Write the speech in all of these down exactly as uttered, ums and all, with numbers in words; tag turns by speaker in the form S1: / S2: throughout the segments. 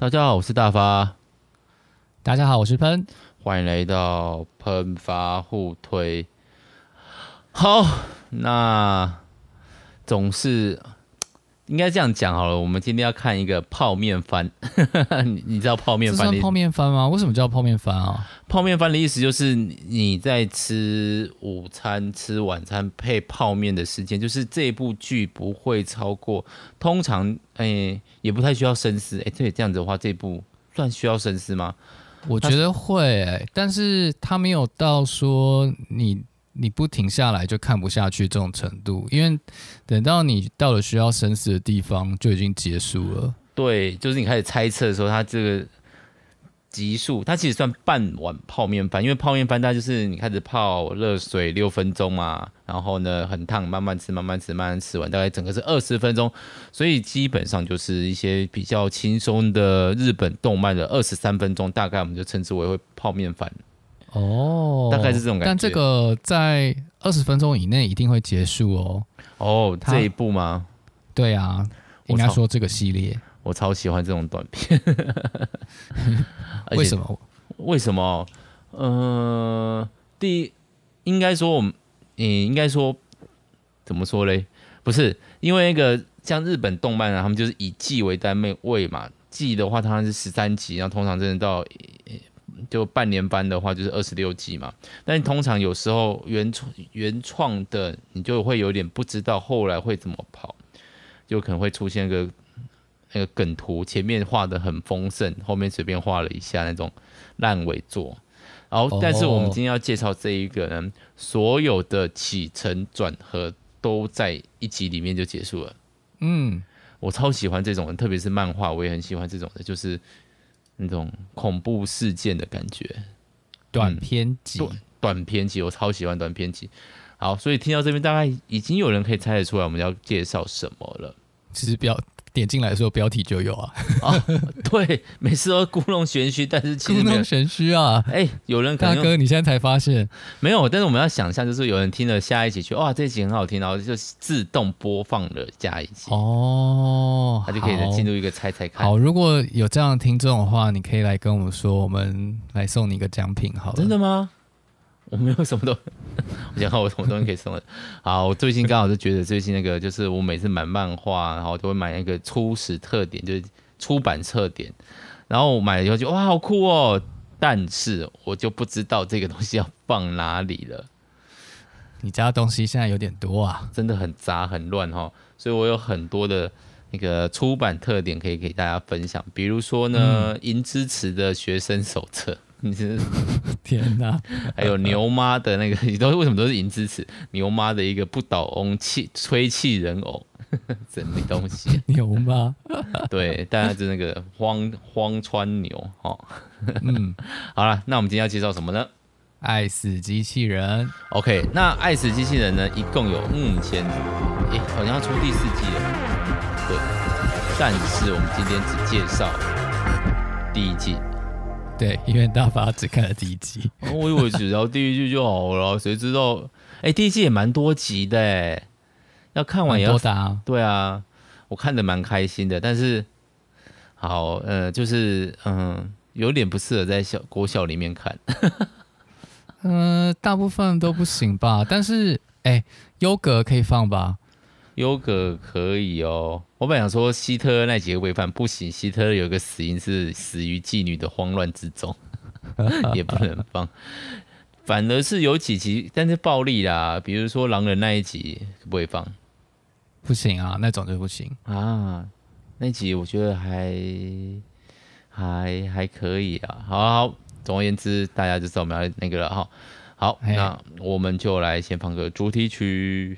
S1: 大家好，我是大发。
S2: 大家好，我是喷。
S1: 欢迎来到喷发互推。好，那总是应该这样讲好了。我们今天要看一个泡面番，你你知道泡面番的意思？
S2: 这算泡面番吗？为什么叫泡面番啊？
S1: 泡面番的意思就是你在吃午餐、吃晚餐配泡面的时间，就是这部剧不会超过，通常诶、也不太需要深思。诶、对，这样子的话，这部算需要深思吗？
S2: 我觉得会、欸，但是他没有到说你你不停下来就看不下去这种程度，因为等到你到了需要生死的地方就已经结束了。
S1: 对，就是你开始猜测的时候，它这个集数，它其实算半碗泡面番，因为泡面番它就是你开始泡热水六分钟嘛，然后呢很烫，慢慢吃，慢慢吃，慢慢吃完，大概整个是二十分钟，所以基本上就是一些比较轻松的日本动漫的二十三分钟，大概我们就称之为会泡面番。
S2: 哦，
S1: 大概是这种感觉。
S2: 但这个在二十分钟以内一定会结束哦。
S1: 哦，这一部吗？
S2: 对啊，应该说这个系列。
S1: 我超喜欢这种短片。
S2: 为什么？
S1: 为什么？呃，第一，应该说我们，你应该说怎么说嘞？不是，因为那个像日本动漫啊，他们就是以季为单位嘛。季的话，它是十三集，然后通常真的到就半年班的话，就是二十六集嘛。但通常有时候原创原创的，你就会有点不知道后来会怎么跑，就可能会出现个。那个梗图前面画的很丰盛，后面随便画了一下那种烂尾作。然后，但是我们今天要介绍这一个呢，所有的起承转合都在一集里面就结束了。嗯，我超喜欢这种人，特别是漫画，我也很喜欢这种的，就是那种恐怖事件的感觉。
S2: 短篇集、嗯，
S1: 短篇集，我超喜欢短篇集。好，所以听到这边，大概已经有人可以猜得出来我们要介绍什么了。
S2: 其实不要。点进来的时候标题就有啊，
S1: 哦、对，每次都故弄玄虚，但是其实
S2: 故弄玄虚啊！
S1: 哎、欸，有人可能
S2: 大哥，你现在才发现
S1: 没有？但是我们要想象，就是有人听了下一集，觉得哇，这一集很好听，然后就自动播放了下一集
S2: 哦，
S1: 他就可以进入一个猜猜看。
S2: 好，如果有这样的听众的话，你可以来跟我们说，我们来送你一个奖品，好了。
S1: 真的吗？我没有什么都，我想看我什么东西可以送的。好，我最近刚好就觉得最近那个就是我每次买漫画，然后都会买那个初始特点，就是出版特点，然后我买了以后就哇好酷哦，但是我就不知道这个东西要放哪里了。
S2: 你家的东西现在有点多啊，
S1: 真的很杂很乱哈，所以我有很多的那个出版特点可以给大家分享，比如说呢，银之匙的学生手册。你是
S2: 天哪！
S1: 还有牛妈的那个，你都为什么都是银之匙？牛妈的一个不倒翁气吹气人偶，什么东西？
S2: 牛妈？
S1: 对，大概是那个荒荒川牛哦。嗯，好了，那我们今天要介绍什么呢？
S2: 爱死机器人。
S1: OK， 那爱死机器人呢，一共有目前，诶，好像要出第四季了。对，但是我们今天只介绍第一季。
S2: 对，因为大发只看了第一集，
S1: 哦、我以为只聊第一季就好了，谁知道？哎、欸，第一季也蛮多集的，哎，要看完也要
S2: 多的啊。对
S1: 啊，我看得蛮开心的，但是好，呃，就是嗯，有点不适合在小国小里面看。
S2: 嗯、呃，大部分都不行吧？但是，哎，优格可以放吧？
S1: 优格可以哦，我本来想说希特勒那几个违反不行，希特勒有一个死因是死于妓女的慌乱之中，也不能放。反而是有几集，但是暴力啦，比如说狼人那一集可不可以放？
S2: 不行啊，那种就不行
S1: 啊。那集我觉得还还还可以啊。好好好，总而言之，大家就知道我们要那个了哈。好，那我们就来先放个主题曲。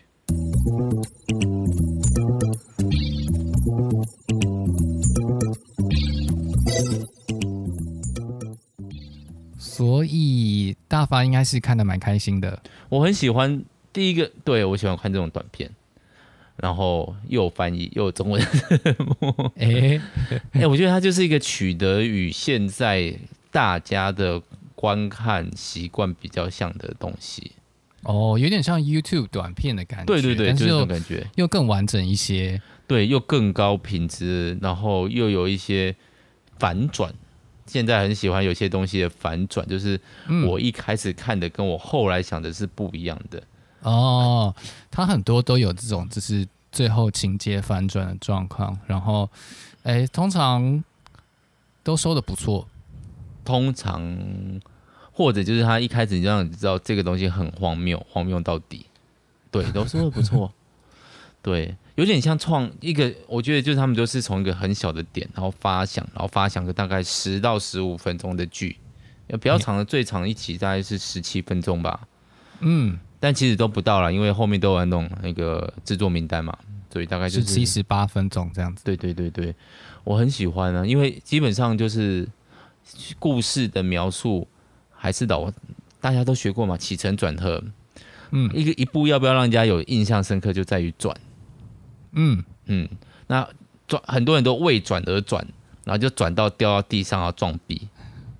S2: 所以大发应该是看得蛮开心的。
S1: 我很喜欢第一个，对，我喜欢看这种短片，然后又有翻译又有中文字幕。哎哎、欸欸，我觉得它就是一个取得与现在大家的观看习惯比较像的东西。
S2: 哦，有点像 YouTube 短片的感觉。
S1: 对对对，
S2: 但是
S1: 就是这种感觉，
S2: 又更完整一些。
S1: 对，又更高品质，然后又有一些反转。现在很喜欢有些东西的反转，就是我一开始看的跟我后来想的是不一样的。
S2: 嗯、哦，它很多都有这种，就是最后情节反转的状况，然后，哎，通常都收的不错。
S1: 通常或者就是他一开始你就让你知道这个东西很荒谬，荒谬到底，对，都收的不错。对，有点像创一个，我觉得就是他们都是从一个很小的点，然后发想，然后发想个大概十到十五分钟的剧，比较长的最长一集大概是十七分钟吧。嗯，但其实都不到啦，因为后面都有那种那个制作名单嘛，所以大概就是
S2: 七十八分钟这样子。
S1: 对对对对，我很喜欢啊，因为基本上就是故事的描述还是老大家都学过嘛，起承转合。嗯，一个一部要不要让人家有印象深刻，就在于转。嗯嗯，那转很多人都为转而转，然后就转到掉到地上要撞壁。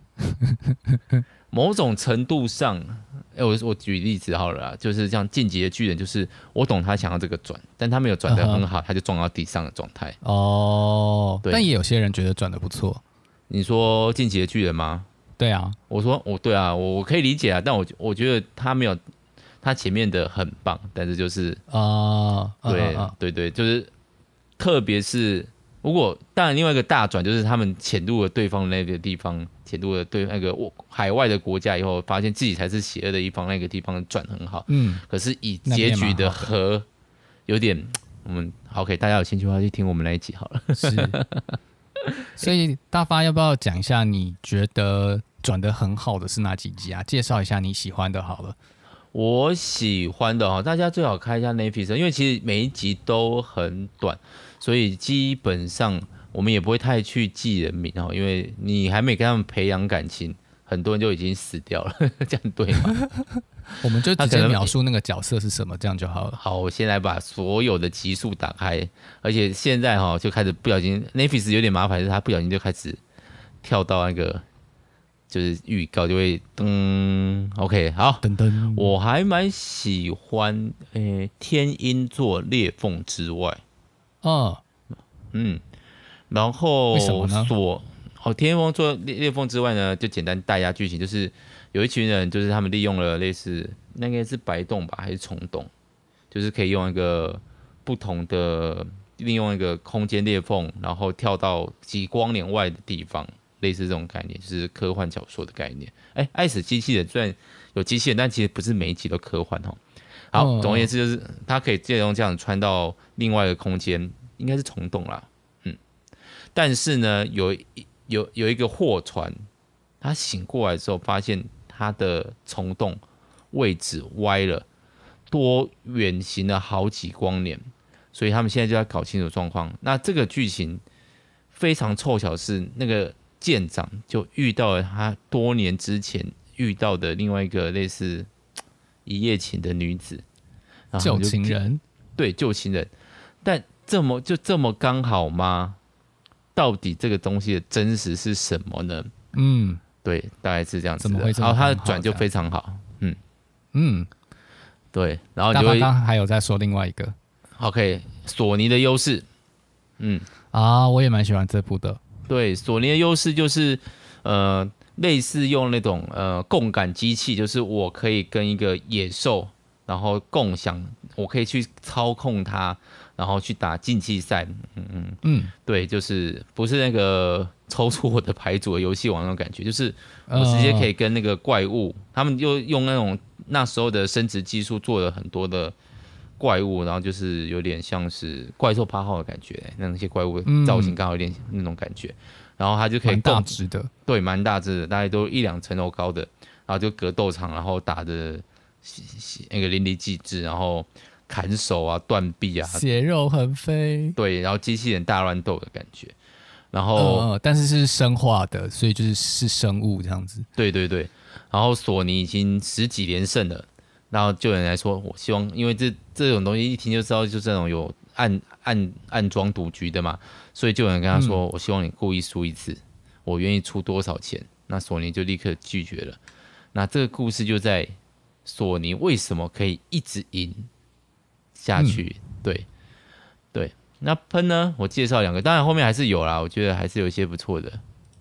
S1: 某种程度上，欸、我我举例子好了啦，就是像进击的巨人，就是我懂他想要这个转，但他没有转得很好， uh-huh. 他就撞到地上的状态。
S2: 哦，但也有些人觉得转得不错。
S1: 你说进击的巨人吗？
S2: 对啊，
S1: 我说我对啊，我我可以理解啊，但我我觉得他没有。他前面的很棒，但是就是啊，对、uh, uh, uh. 对对，就是特别是如果当然另外一个大转就是他们潜入了对方那个地方，潜入了对那个海外的国家以后，发现自己才是邪恶的一方，那个地方转很好。嗯，可是以结局的和有点，我们 OK， 大家有兴趣的话去听我们那一集好了。
S2: 是，所以大发要不要讲一下你觉得转得很好的是哪几集啊？介绍一下你喜欢的好了。
S1: 我喜欢的大家最好开一下 Netflix， 因为其实每一集都很短，所以基本上我们也不会太去记人名，因为你还没跟他们培养感情，很多人就已经死掉了，这样对吗？
S2: 我们就直接描述那个角色是什么，这样就好了。
S1: 好，我现在把所有的集数打开，而且现在就开始不小心 Netflix 有点麻烦，是它不小心就开始跳到那个。就是预告就会噔 ，OK， 好，噔噔，我还蛮喜欢诶、欸，天鹰座裂缝之外，哦，嗯，然后
S2: 为什么呢？
S1: 所哦，天鹰座裂裂缝之外呢，就简单带一下剧情，就是有一群人，就是他们利用了类似那个是白洞吧，还是虫洞，就是可以用一个不同的利用一个空间裂缝，然后跳到几光年外的地方。类似这种概念，就是科幻小说的概念。哎、欸，爱死机器人虽然有机器人，但其实不是每一集都科幻哦。好，总而言之就是它可以借用这样穿到另外一个空间，应该是虫洞啦。嗯，但是呢，有有有一个货船，他醒过来之后，发现他的虫洞位置歪了，多远行了好几光年，所以他们现在就要搞清楚状况。那这个剧情非常凑巧是那个。舰长就遇到了他多年之前遇到的另外一个类似一夜情的女子，
S2: 旧情人，
S1: 对，旧情人，但这么就这么刚好吗？到底这个东西的真实是什么呢？嗯，对，大概是这样子的。
S2: 怎么会这么
S1: 然后他的转就非常好，嗯嗯，对，然后
S2: 你就会刚刚还有在说另外一个
S1: ，OK， 索尼的优势，嗯
S2: 啊，我也蛮喜欢这部的。
S1: 对，索尼的优势就是，呃，类似用那种呃共感机器，就是我可以跟一个野兽，然后共享，我可以去操控它，然后去打竞技赛。嗯嗯嗯，对，就是不是那个抽出我的牌组的游戏王那种感觉，就是我直接可以跟那个怪物，呃、他们又用那种那时候的生殖技术做了很多的。怪物，然后就是有点像是怪兽八号的感觉，那些怪物造型刚好有点那种感觉，嗯、然后它就可以
S2: 蛮大只的，
S1: 对，蛮大只的，大概都一两层楼高的，然后就格斗场，然后打的那个淋漓尽致，然后砍手啊、断臂啊，
S2: 血肉横飞，
S1: 对，然后机器人大乱斗的感觉，然后、
S2: 嗯、但是是生化的，所以就是是生物这样子，
S1: 对对对，然后索尼已经十几连胜了。然后就有人来说，我希望，因为这这种东西一听就知道，就是那种有暗暗暗装赌局的嘛，所以就有人跟他说，嗯、我希望你故意输一次，我愿意出多少钱。那索尼就立刻拒绝了。那这个故事就在索尼为什么可以一直赢下去？嗯、对对。那喷呢？我介绍两个，当然后面还是有啦，我觉得还是有一些不错的。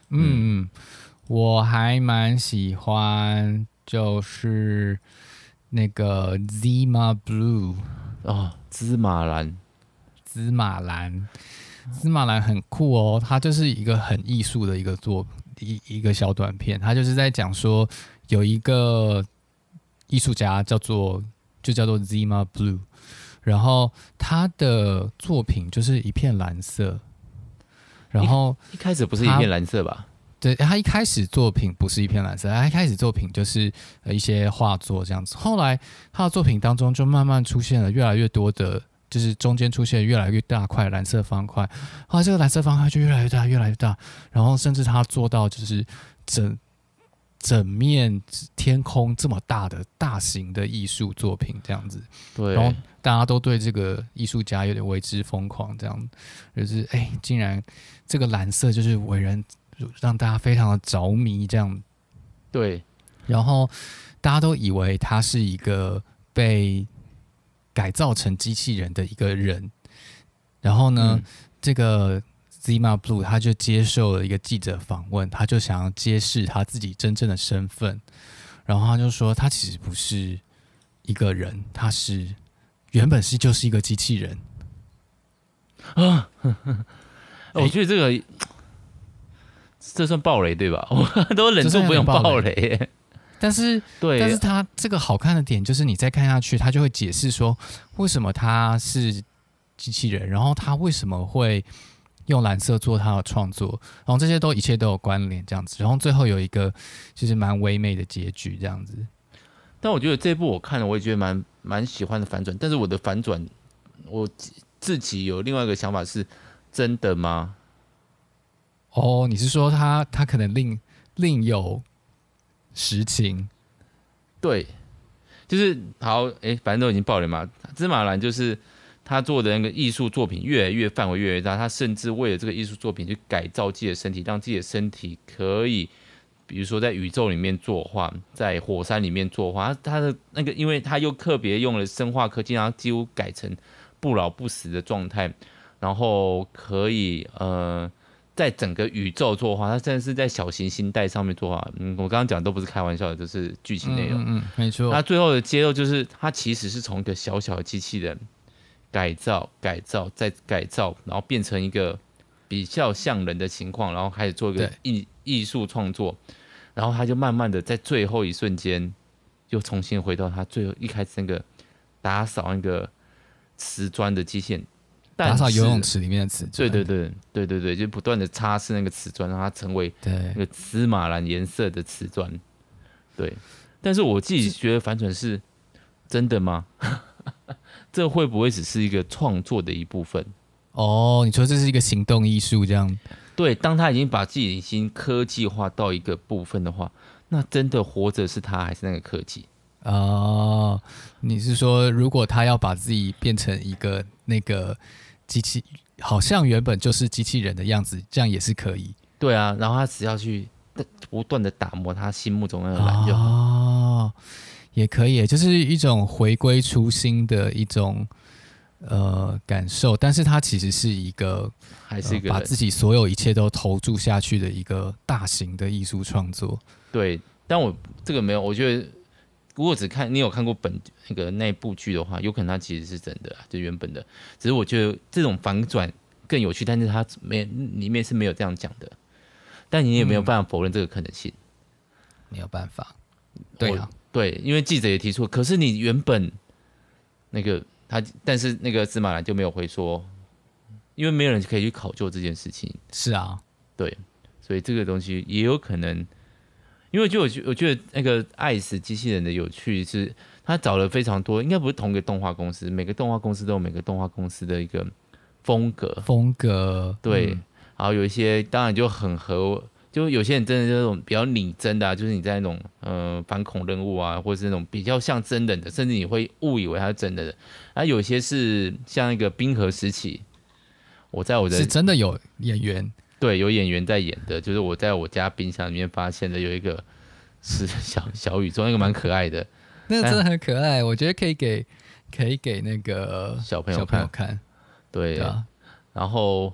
S2: 嗯嗯，我还蛮喜欢，就是那个 Zima Blue
S1: 哦，芝麻蓝，
S2: 芝麻蓝，芝麻蓝很酷哦，它就是一个很艺术的一个作一一个小短片，它就是在讲说有一个艺术家叫做就叫做 Zima Blue， 然后他的作品就是一片蓝色，然后
S1: 一一开始不是一片蓝色吧？
S2: 对，他一开始作品不是一片蓝色，他一开始作品就是呃一些画作这样子。后来他的作品当中就慢慢出现了越来越多的，就是中间出现越来越大块蓝色方块，后来这个蓝色方块就越来越大，越来越大，然后甚至他做到就是整整面天空这么大的大型的艺术作品这样子。
S1: 对，
S2: 然后大家都对这个艺术家有点为之疯狂，这样就是哎，竟然这个蓝色就是为人。让大家非常的着迷，这样
S1: 对，
S2: 然后大家都以为他是一个被改造成机器人的一个人，然后呢，嗯、这个 Zima Blue 他就接受了一个记者访问，他就想要揭示他自己真正的身份，然后他就说他其实不是一个人，他是原本是就是一个机器人
S1: 啊，我觉得这个。这算暴雷对吧？我都忍住不用暴雷耶。
S2: 但是，对，但是他这个好看的点就是你再看下去，他就会解释说为什么他是机器人，然后他为什么会用蓝色做他的创作，然后这些都一切都有关联这样子，然后最后有一个就是蛮唯美的结局这样子。
S1: 但我觉得这部我看了，我也觉得蛮蛮喜欢的反转，但是我的反转，我自己有另外一个想法是：真的吗？
S2: 哦，你是说他他可能另另有实情？
S1: 对，就是好，哎，反正都已经爆了嘛。芝麻蓝就是他做的那个艺术作品越来越范围越来越大，他甚至为了这个艺术作品去改造自己的身体，让自己的身体可以，比如说在宇宙里面作画，在火山里面作画。他他的那个，因为他又特别用了生化科技，让他几乎改成不老不死的状态，然后可以呃。在整个宇宙作画，他真的是在小行星带上面作画。嗯，我刚刚讲都不是开玩笑的，这是剧情内容。
S2: 嗯嗯，没错。
S1: 他最后的揭露就是，他其实是从一个小小的机器人改造、改造再改造，然后变成一个比较像人的情况，然后开始做一个艺艺术创作，然后他就慢慢的在最后一瞬间，又重新回到他最后一开始那个打扫那个瓷砖的机器人。
S2: 打扫游泳池里面的瓷砖，
S1: 对对对对对对，就不断的擦拭那个瓷砖，让它成为那个芝麻蓝颜色的瓷砖。对，但是我自己觉得反转是真的吗？这会不会只是一个创作的一部分？
S2: 哦，你说这是一个行动艺术这样？
S1: 对，当他已经把自己已经科技化到一个部分的话，那真的活着是他还是那个科技？
S2: 哦，你是说如果他要把自己变成一个那个？机器好像原本就是机器人的样子，这样也是可以。
S1: 对啊，然后他只要去不断的打磨他心目中那个蓝就好。
S2: 哦，也可以，就是一种回归初心的一种呃感受，但是它其实是一个
S1: 还是一个、
S2: 呃、把自己所有一切都投注下去的一个大型的艺术创作。
S1: 对，但我这个没有，我觉得。如果只看你有看过本那个那部剧的话，有可能它其实是真的，就原本的。只是我觉得这种反转更有趣，但是它没里面是没有这样讲的。但你也没有办法否认这个可能性，
S2: 嗯、没有办法。对啊，
S1: 对，因为记者也提出，可是你原本那个他，但是那个芝麻蓝就没有回说，因为没有人可以去考究这件事情。
S2: 是啊，
S1: 对，所以这个东西也有可能。因为就我我觉得那个爱死机器人的有趣是，他找了非常多，应该不是同一个动画公司，每个动画公司都有每个动画公司的一个风格，
S2: 风格
S1: 对，嗯、然后有一些当然就很合，就有些人真的这种比较拟真的、啊，就是你在那种呃反恐任务啊，或者是那种比较像真人的，甚至你会误以为他是真的的，然后有些是像一个冰河时期，我在我的
S2: 是真的有演员。
S1: 对，有演员在演的，就是我在我家冰箱里面发现的有一个是小小宇宙，那个蛮可爱的，
S2: 那个真的很可爱，我觉得可以给可以给那个
S1: 小朋友看。
S2: 小朋友看，
S1: 对，
S2: 对啊，
S1: 然后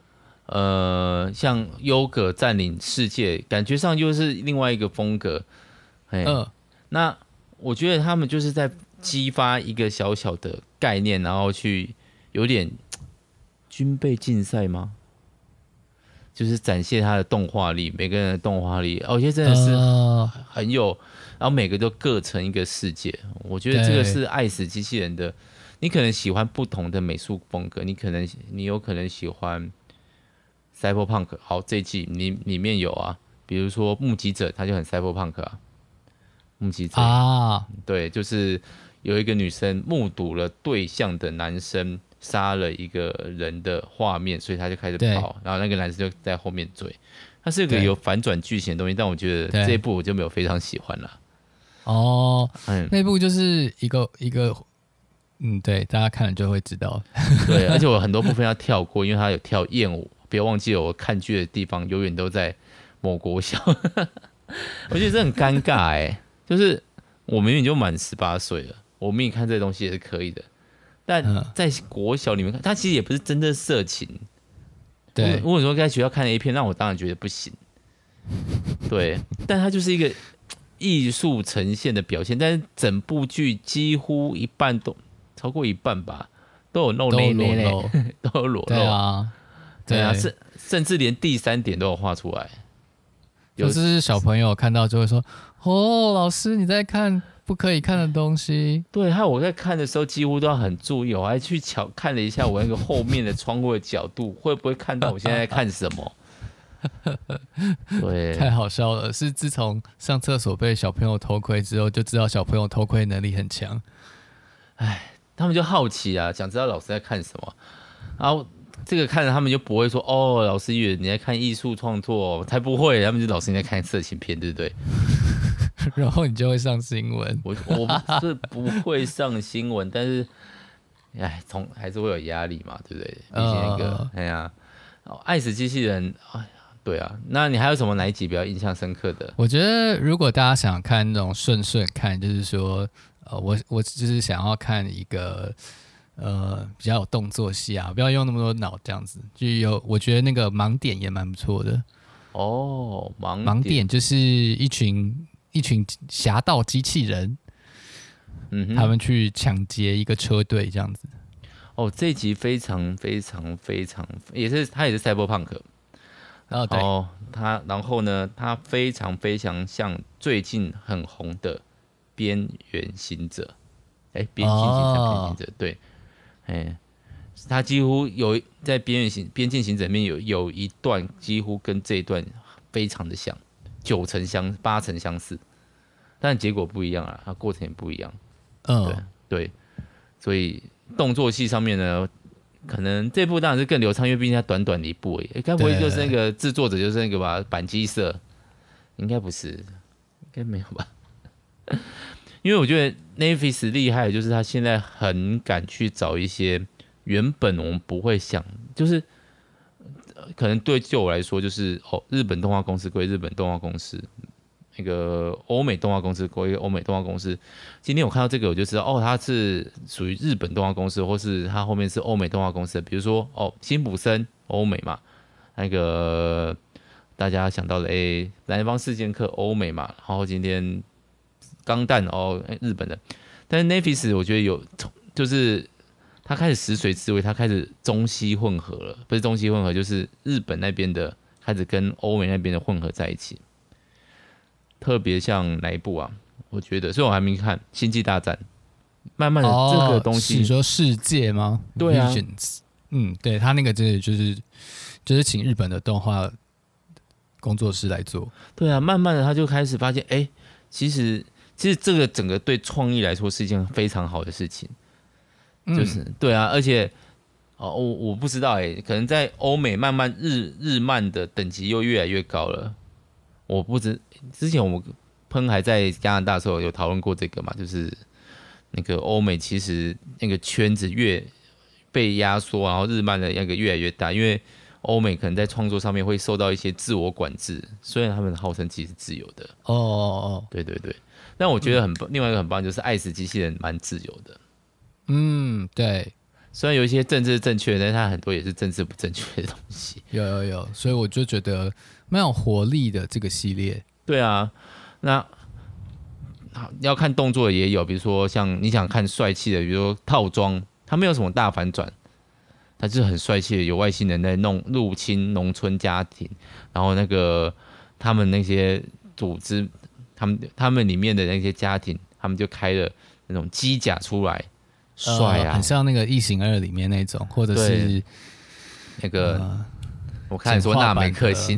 S1: 呃，像优格占领世界，感觉上就是另外一个风格。哎，
S2: 嗯，
S1: 那我觉得他们就是在激发一个小小的概念，然后去有点军备竞赛吗？就是展现他的动画力，每个人的动画力，哦，我觉得真的是
S2: 呃
S1: 很有，然后每个都各成一个世界。我觉得这个是爱死机器人的。你可能喜欢不同的美术风格，你可能你有可能喜欢 Cyberpunk。好，这一季里里面有啊，比如说目击者，他就很 Cyberpunk 啊。目击者
S2: 啊，
S1: 对，就是有一个女生目睹了对象的男生杀了一个人的画面，所以他就开始跑，然后那个男生就在后面追。它是一个有反转剧情的东西，但我觉得这一部我就没有非常喜欢了。
S2: 哦，
S1: 嗯，
S2: 那部就是一个一个，嗯，对，大家看了就会知道。
S1: 对，而且我很多部分要跳过，因为他有跳艳舞。别忘记了，我看剧的地方永远都在某国小，我觉得这很尴尬哎、欸。就是我明明就满十八岁了，我明明看这东西也是可以的，但在国小里面看，它其实也不是真的色情。
S2: 对，
S1: 如果说在学校看 A 片，那我当然觉得不行。对，但它就是一个艺术呈现的表现，但是整部剧几乎一半都超过一半吧，都有露内内嘞，都有裸露。
S2: 对啊，
S1: 对啊，甚甚至连第三点都有画出来。
S2: 就是小朋友看到就会说：“哦，老师你在看不可以看的东西。”
S1: 对，还有我在看的时候几乎都要很注意，我还去瞧看了一下我那个后面的窗户的角度，会不会看到我现在在看什么？对，
S2: 太好笑了。是自从上厕所被小朋友偷窥之后，就知道小朋友偷窥能力很强。
S1: 哎，他们就好奇啊，想知道老师在看什么，然后。这个看着他们就不会说哦，老师以为你在看艺术创作，才不会，他们就老师你在看色情片，对不对？
S2: 然后你就会上新闻。
S1: 我我是不会上新闻，但是哎，从还是会有压力嘛，对不对？毕竟那个，哎呀，爱死机器人，哎呀，对啊。那你还有什么哪一集比较印象深刻的？
S2: 我觉得如果大家想看那种顺顺看，就是说，呃，我我就是想要看一个。呃，比较有动作戏啊，不要用那么多脑这样子，就有我觉得那个盲点也蛮不错的。
S1: 哦，盲点
S2: 盲点就是一群一群侠盗机器人，嗯哼，他们去抢劫一个车队这样子。
S1: 哦，这一集非常非常非常，也是他也是 Cyberpunk。
S2: 哦，对，
S1: 哦，他然后呢，他非常非常像最近很红的边缘行者，哎，边境行者，边缘行者，对。哎，他几乎有在边缘行边境行者里面有有一段几乎跟这一段非常的像，九成相八成相似，但结果不一样啊，它过程也不一样。嗯，对对，所以动作戏上面呢，可能这部当然是更流畅，因为毕竟它短短的一部而已。该不会就是那个制作者就是那个吧？板机社？应该不是，应该没有吧？因为我觉得 Netflix 厉害的就是他现在很敢去找一些原本我们不会想，就是可能对就我来说就是哦，日本动画公司归日本动画公司，那个欧美动画公司归欧美动画公司。今天我看到这个我就知道哦，它是属于日本动画公司，或是它后面是欧美动画公司的。比如说哦，辛普森欧美嘛，那个大家想到的诶，南方四剑客欧美嘛，然后今天。钢弹哦，日本的，但是 Netflix 我觉得有，就是他开始食髓知味，他开始中西混合了，不是中西混合，就是日本那边的开始跟欧美那边的混合在一起。特别像哪一部啊？我觉得，虽然我还没看《星际大战》，慢慢的这个东西，
S2: 哦、你说世界吗？
S1: 对啊，
S2: Visions, 嗯，对他那个真的就是就是请日本的动画工作室来做。
S1: 对啊，慢慢的他就开始发现，哎，其实。其实这个整个对创意来说是一件非常好的事情，就是、嗯、对啊，而且哦，我我不知道哎，可能在欧美慢慢日日漫的等级又越来越高了。我不知之前我们喷还在加拿大的时候有讨论过这个嘛，就是那个欧美其实那个圈子越被压缩，然后日漫的那个越来越大，因为欧美可能在创作上面会受到一些自我管制，虽然他们号称其实是自由的。
S2: 哦哦哦，
S1: 对对对。但我觉得很、嗯、另外一个很棒就是爱死机器人蛮自由的。
S2: 嗯，对，
S1: 虽然有一些政治正确，但是它很多也是政治不正确的东西。
S2: 有有有，所以我就觉得蛮有活力的这个系列。
S1: 对啊，那要看动作也有，比如说像你想看帅气的，比如说套装，它没有什么大反转，它就是很帅气的，有外星人在弄入侵农村家庭，然后那个他们那些组织，他们他们里面的那些家庭，他们就开了那种机甲出来，帅啊、
S2: 呃，很像那个《异形二》里面那种，或者是
S1: 那个、
S2: 呃、
S1: 我看说纳美克星。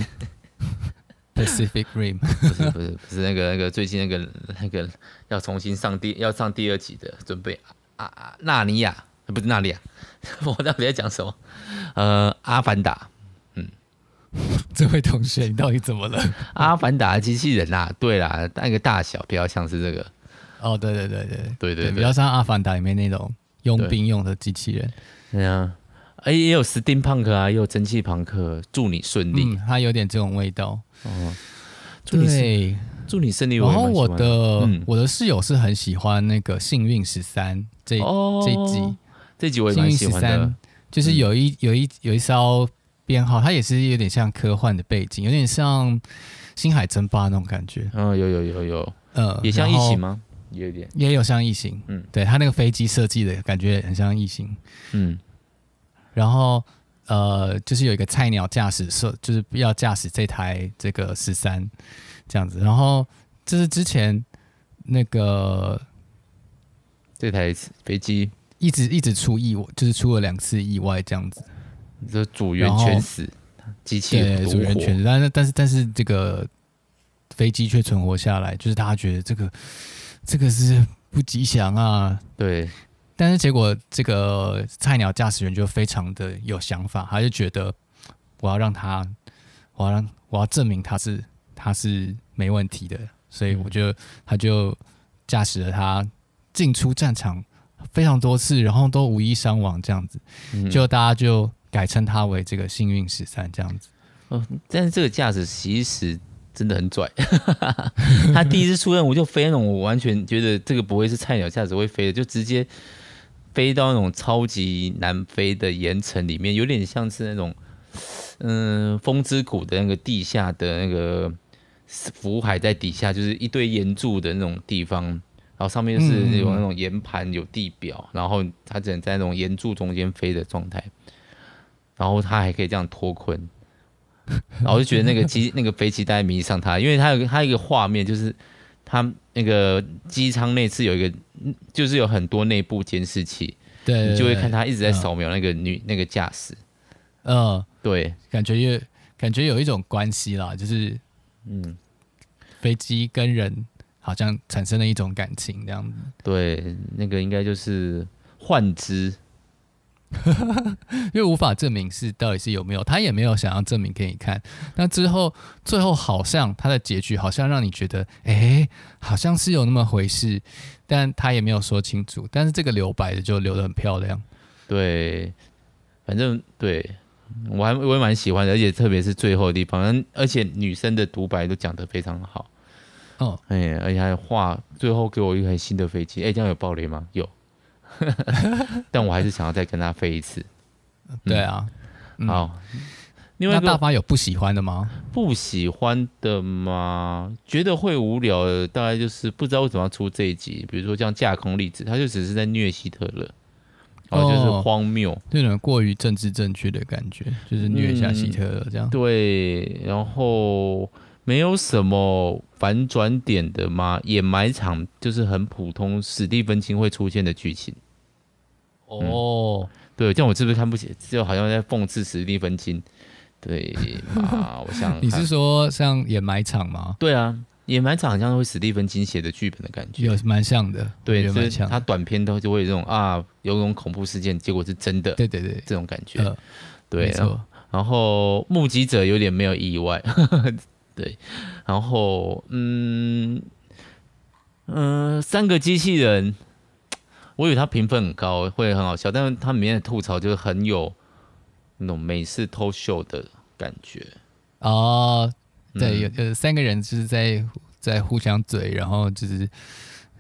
S2: Pacific Rim
S1: 不是不是不是那个那个最近那个那个要重新上第要上第二集的，准备啊啊纳尼亚不是纳尼亚，我到底在讲什么？呃，阿凡达，嗯，
S2: 这位同学你到底怎么了？
S1: 阿凡达的机器人啦，对啦，那个大小比较像是这个，
S2: 哦，对对对对
S1: 对对 对, 对，
S2: 比较像阿凡达里面那种佣兵用的机器人。
S1: 对啊，哎也有 Steampunk 啊，也有蒸汽朋克，祝你顺利，
S2: 嗯，它有点这种味道。
S1: 哦，祝你对，祝你顺利。
S2: 然后我的、
S1: 嗯、
S2: 我的室友是很喜欢那个《幸运十三》这、哦、这一集，
S1: 这集我也蛮喜欢的。幸运十三
S2: 就是有一、嗯、有一有一艘编号，它也是有点像科幻的背景，有点像星海争霸那种感觉。
S1: 嗯、哦，有有有有，呃，也像异形吗？也有点，
S2: 也有像异形。嗯，对，它那个飞机设计的感觉很像异形。嗯，然后。呃，就是有一个菜鸟驾驶社，就是要驾驶这台这个十三这样子。然后这是之前那个
S1: 这台飞机
S2: 一直一直出意外，就是出了两次意外这样子。
S1: 这组员全死，机器
S2: 对组员全死，但是但是但是这个飞机却存活下来，就是大家觉得这个这个是不吉祥啊。
S1: 对。
S2: 但是结果，这个菜鸟驾驶员就非常的有想法，他就觉得我要让他，我要让我要证明他是他是没问题的，所以我就、嗯、他就驾驶了他进出战场非常多次，然后都无一伤亡这样子，嗯、就大家就改称他为这个幸运十三这样子。
S1: 哦，但是这个驾驶其实真的很拽，他第一次出任务就飞那种，我完全觉得这个不会是菜鸟驾驶会飞的，就直接。飞到那种超级难飞的岩层里面，有点像是那种，嗯、呃，风之谷的那个地下的那个浮海在底下，就是一堆岩柱的那种地方，然后上面是有那种岩盘、有地表，然后它只能在那种岩柱中间飞的状态，然后它还可以这样脱困，然后我就觉得那个机那个飞机大概迷上它，因为它有它有一个画面就是。它那个机舱内是有一个，就是有很多内部监视器，
S2: 对, 对, 对，
S1: 你就会看它一直在扫描那个女、嗯、那个驾驶，
S2: 嗯，
S1: 对，
S2: 感觉有感觉有一种关系啦，就是嗯，飞机跟人好像产生了一种感情这样子，
S1: 对，那个应该就是幻肢。
S2: 因为无法证明是到底是有没有，他也没有想要证明给你看。那之后，最后好像他的结局好像让你觉得，哎、欸，好像是有那么回事，但他也没有说清楚。但是这个留白的就留得很漂亮。
S1: 对，反正对我还我也蛮喜欢的，而且特别是最后的地方，而且女生的独白都讲得非常好。哦，哎、欸，而且还画最后给我一台新的飞机，哎、欸，这样有爆雷吗？有。但我还是想要再跟他飞一次。
S2: 嗯、对啊，嗯、
S1: 好。另外
S2: 那大发有不喜欢的吗？
S1: 不喜欢的吗？觉得会无聊的，大概就是不知道为什么要出这一集。比如说像架空粒子，他就只是在虐希特勒，然后就是荒谬，
S2: 这种过于政治正确的感觉，就是虐一下希特勒这样。
S1: 嗯、对，然后没有什么反转点的吗？掩埋场就是很普通，史蒂芬金会出现的剧情。哦、嗯，对，这样我是不是看不起？就好像在讽刺史蒂芬金。对嘛？我想
S2: 你是说像掩埋场吗？
S1: 对啊，掩埋场好像会史蒂芬金写的剧本的感觉，
S2: 有蛮像的。
S1: 对，就是他短片都就会有这种啊，有种恐怖事件，结果是真的。
S2: 对对对，
S1: 这种感觉。
S2: 呃、
S1: 对，然后然后目击者有点没有意外。对，然后嗯嗯、呃，三个机器人。我以为他评分很高，会很好笑，但是他里面的吐槽就是很有那种美式偷秀的感觉。
S2: 哦，对，有、嗯、有三个人就是在在互相嘴，然后就是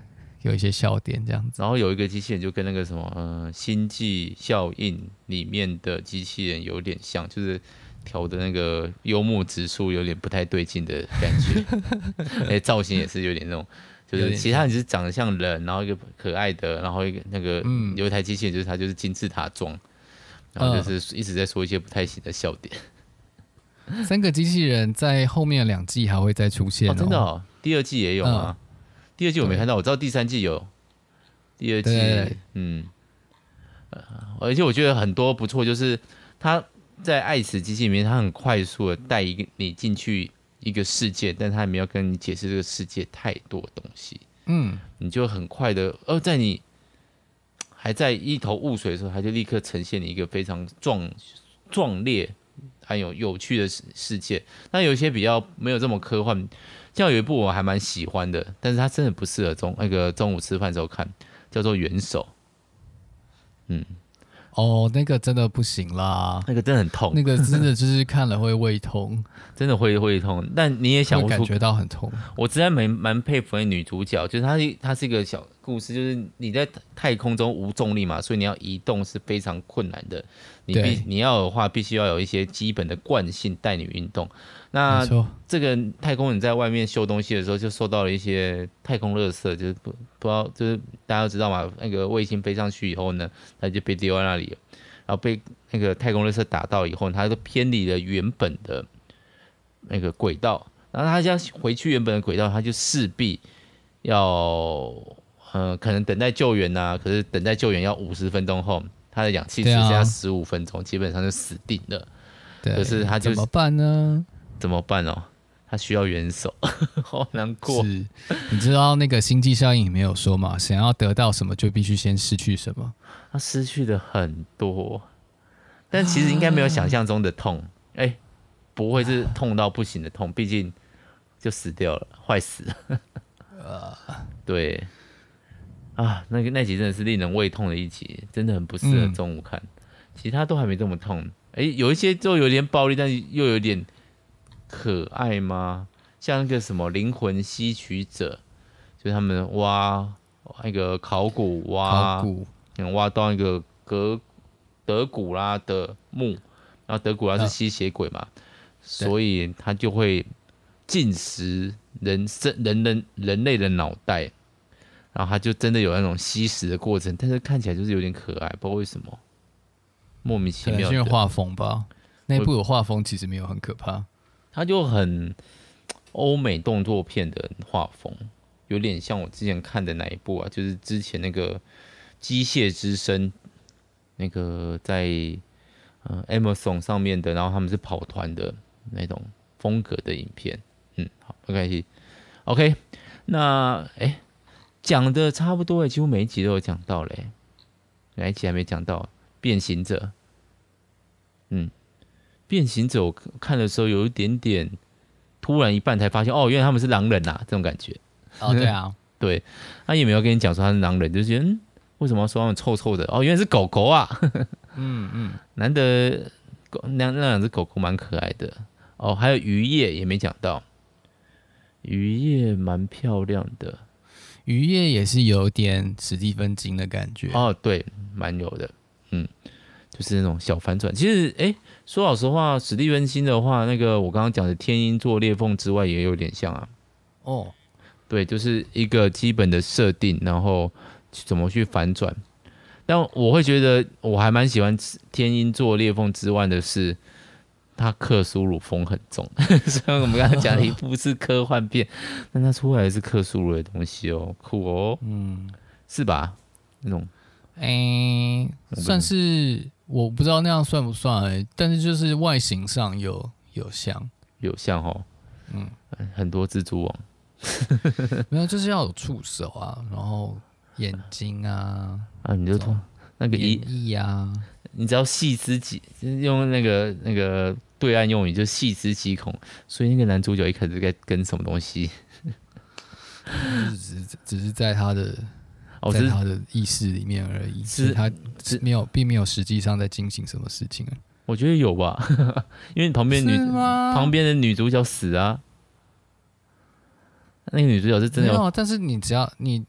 S2: 有一些笑点这样子。
S1: 然后有一个机器人就跟那个什么呃星际效应里面的机器人有点像，就是调的那个幽默指数有点不太对劲的感觉，哎，造型也是有点那种。就是其他人只是长得像人，然后一个可爱的，然后一个那个、嗯、有一台机器人，就是它就是金字塔状，然后就是一直在说一些不太行的笑点。
S2: 嗯、三个机器人在后面两季还会再出现 哦,
S1: 哦，真的哦，第二季也有吗？嗯、第二季我没看到，我知道第三季有，第二季对对对嗯、呃，而且我觉得很多不错，就是它在爱死机器里面，它很快速的带一个你进去。一个世界，但他也没有跟你解释这个世界太多东西，嗯，你就很快的，呃，在你还在一头雾水的时候，他就立刻呈现你一个非常壮壮烈还有有趣的世界。那有一些比较没有这么科幻，像有一部我还蛮喜欢的，但是它真的不适合中那个中午吃饭的时候看，叫做《元首》，嗯。
S2: 哦，那个真的不行啦，
S1: 那个真的很痛，
S2: 那个真的就是看了会胃痛，
S1: 真的会胃痛。但你也想不出，
S2: 会感觉到很痛。
S1: 我实在蛮蛮佩服那女主角，就是她，她是一个小故事，就是你在太空中无重力嘛，所以你要移动是非常困难的。你必你要的话，必须要有一些基本的惯性带你运动。那这个太空人在外面修东西的时候，就受到了一些太空垃圾，就是不不知道，就是大家都知道嘛，那个卫星飞上去以后呢，它就被丢在那里了，然后被那个太空垃圾打到以后，它就偏离了原本的那个轨道，然后它要回去原本的轨道，它就势必要呃可能等待救援呐、啊，可是等待救援要五十分钟后，它的氧气只剩下十五分钟，基本上就死定了。
S2: 对，
S1: 可是它就
S2: 怎么办呢？
S1: 怎么办哦？他需要元首，好难过。
S2: 是，你知道那个星际效应里面有说嘛？想要得到什么，就必须先失去什么。
S1: 他失去的很多，但其实应该没有想象中的痛。哎、欸，不会是痛到不行的痛，毕竟就死掉了，坏死了。对啊，那个那集真的是令人胃痛的一集，真的很不适合中午看。嗯、其他都还没这么痛。哎、欸，有一些就有点暴力，但是又有点。可爱吗？像那个什么灵魂吸取者，就是他们挖那个考古挖，
S2: 考古
S1: 挖到那个格德古拉的墓，然后德古拉是吸血鬼嘛，啊、所以他就会进食人生人人人类的脑袋，然后他就真的有那种吸食的过程，但是看起来就是有点可爱，不知道为什么，莫名其妙的。
S2: 因为画风吧，那部的画风其实没有很可怕。
S1: 他就很欧美动作片的画风，有点像我之前看的哪一部啊？就是之前那个《机械之声》，那个在呃 Amazon 上面的，然后他们是跑团的那种风格的影片。嗯，好，没关系。OK， 那哎，讲的差不多了，几乎每一集都有讲到嘞。哪一集还没讲到？变形者，嗯。变形者，我看的时候有一点点突然一半才发现，哦，原来他们是狼人啊，这种感觉。
S2: 哦，对啊，
S1: 对，他也没有跟你讲说他是狼人，就觉得、嗯、为什么要说他们臭臭的？哦，原来是狗狗啊。嗯嗯，难得那那两只狗狗蛮可爱的。哦，还有渔业也没讲到，渔业蛮漂亮的，
S2: 渔业也是有点史蒂芬金的感觉。
S1: 哦，对，蛮有的，嗯。就是那种小反转，其实哎，说老实话，史蒂芬金的话，那个我刚刚讲的天鹰座裂缝之外，也有点像啊。哦，对，就是一个基本的设定，然后怎么去反转。但我会觉得我还蛮喜欢天鹰座裂缝之外的是，它克苏鲁风很重。虽然我们刚才讲的一部是科幻片，但它出来的是克苏鲁的东西哦，酷哦，嗯，是吧？那种，
S2: 哎、欸，算是。我不知道那样算不算、欸，但是就是外形上有有像，
S1: 有像哦，嗯，很多蜘蛛网，
S2: 没有，就是要有触手啊，然后眼睛啊，
S1: 啊，你就通那个
S2: 眼翼啊，
S1: 你只要细思极，用那个那个对岸用语就细思极恐，所以那个男主角一开始在跟什么东西，
S2: 就是只只是在他的。在他的意识里面而已，是他没有，并没有实际上在进行什么事情啊。
S1: 我觉得有吧，因为旁边女旁边的女主角死啊，那个女主角是真的有，
S2: 没有，但是你只要你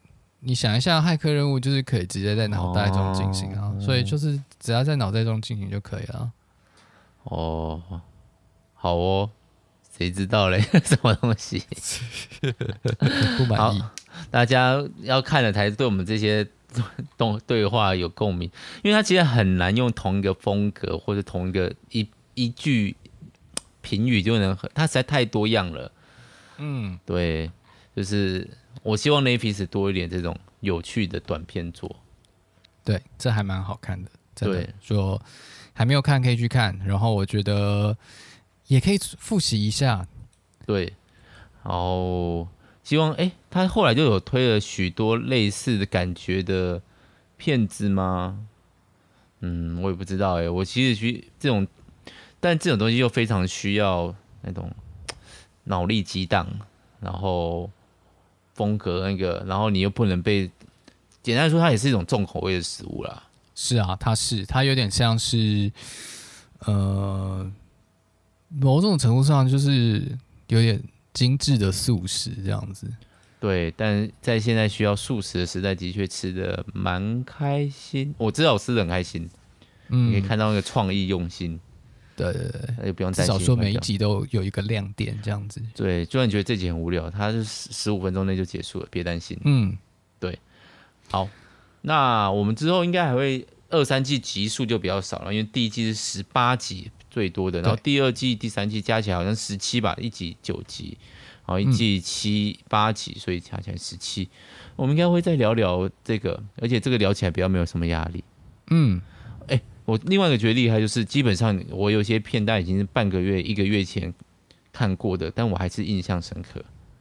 S2: 你想一下，骇客任务就是可以直接在脑袋中进行啊，哦、所以就是只要在脑袋中进行就可以了。
S1: 哦，好哦，谁知道嘞？什么东西？
S2: 不满意。
S1: 大家要看了才对我们这些动对话有共鸣，因为它其实很难用同一个风格或者同一个一一句评语就能，它实在太多样了。嗯，对，就是我希望 Netflix 多一点这种有趣的短片做。
S2: 对，这还蛮好看的，真的。说还没有看可以去看，然后我觉得也可以复习一下。
S1: 对，然后希望哎，他后来就有推了许多类似的感觉的片子吗？嗯，我也不知道哎。我其实需这种，但这种东西又非常需要那种脑力激荡，然后风格那个，然后你又不能被，简单来说，它也是一种重口味的食物啦。
S2: 是啊，它是，它有点像是，呃，某种程度上就是有点精致的素食这样子。
S1: 对，但在现在需要素食的时代，的确吃的蛮开心。我知道我吃的很开心，嗯，你可以看到那个创意用心。
S2: 对对对，
S1: 也不用担心。
S2: 至少说每一集都有一个亮点，这样子。
S1: 对，就算你觉得这集很无聊，它是十五分钟内就结束了，别担心。
S2: 嗯，
S1: 对。好，那我们之后应该还会二三季集数就比较少了，因为第一季是十八集最多的，然后第二季、第三季加起来好像十七吧，一集九集，然后一季七八集，所以加起来十七。我们应该会再聊聊这个，而且这个聊起来比较没有什么压力。
S2: 嗯。
S1: 我另外一个觉得厉害就是，基本上我有些片段已经是半个月、一个月前看过的，但我还是印象深刻。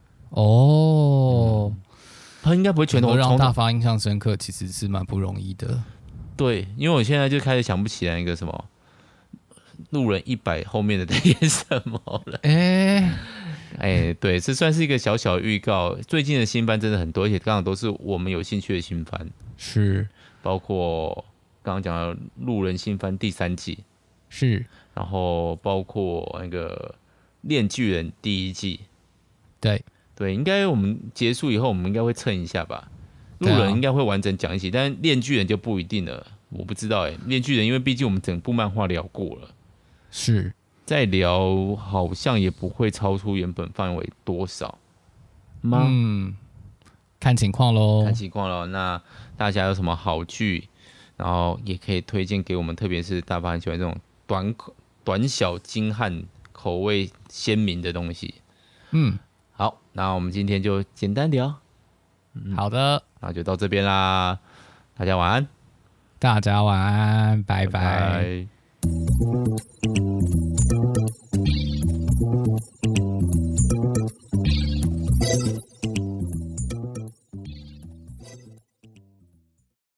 S2: 哦，
S1: 他、嗯、应该不会全都
S2: 让大发印象深刻，其实是蛮不容易的。
S1: 对，因为我现在就开始想不起来一个什么路人一百后面的在演什么了。哎哎、欸欸，对，这算是一个小小预告。最近的新番真的很多，而且刚好都是我们有兴趣的新番，
S2: 是
S1: 包括。刚刚讲到《路人新番》第三季
S2: 是，
S1: 然后包括那个《链锯人》第一季，
S2: 对
S1: 对，应该我们结束以后，我们应该会蹭一下吧。路人应该会完整讲一集，但是《链锯人》就不一定了，我不知道哎、欸。《链锯人》因为毕竟我们整部漫画聊过了，
S2: 是
S1: 再聊好像也不会超出原本范围多少吗？
S2: 嗯，看情况喽，
S1: 看情况喽。那大家有什么好剧？然后也可以推荐给我们，特别是大家很喜欢这种短短小精悍、口味鲜明的东西。
S2: 嗯，
S1: 好，那我们今天就简单聊。
S2: 嗯、好的，
S1: 那就到这边啦，大家晚安。
S2: 大家晚安，拜拜。拜拜。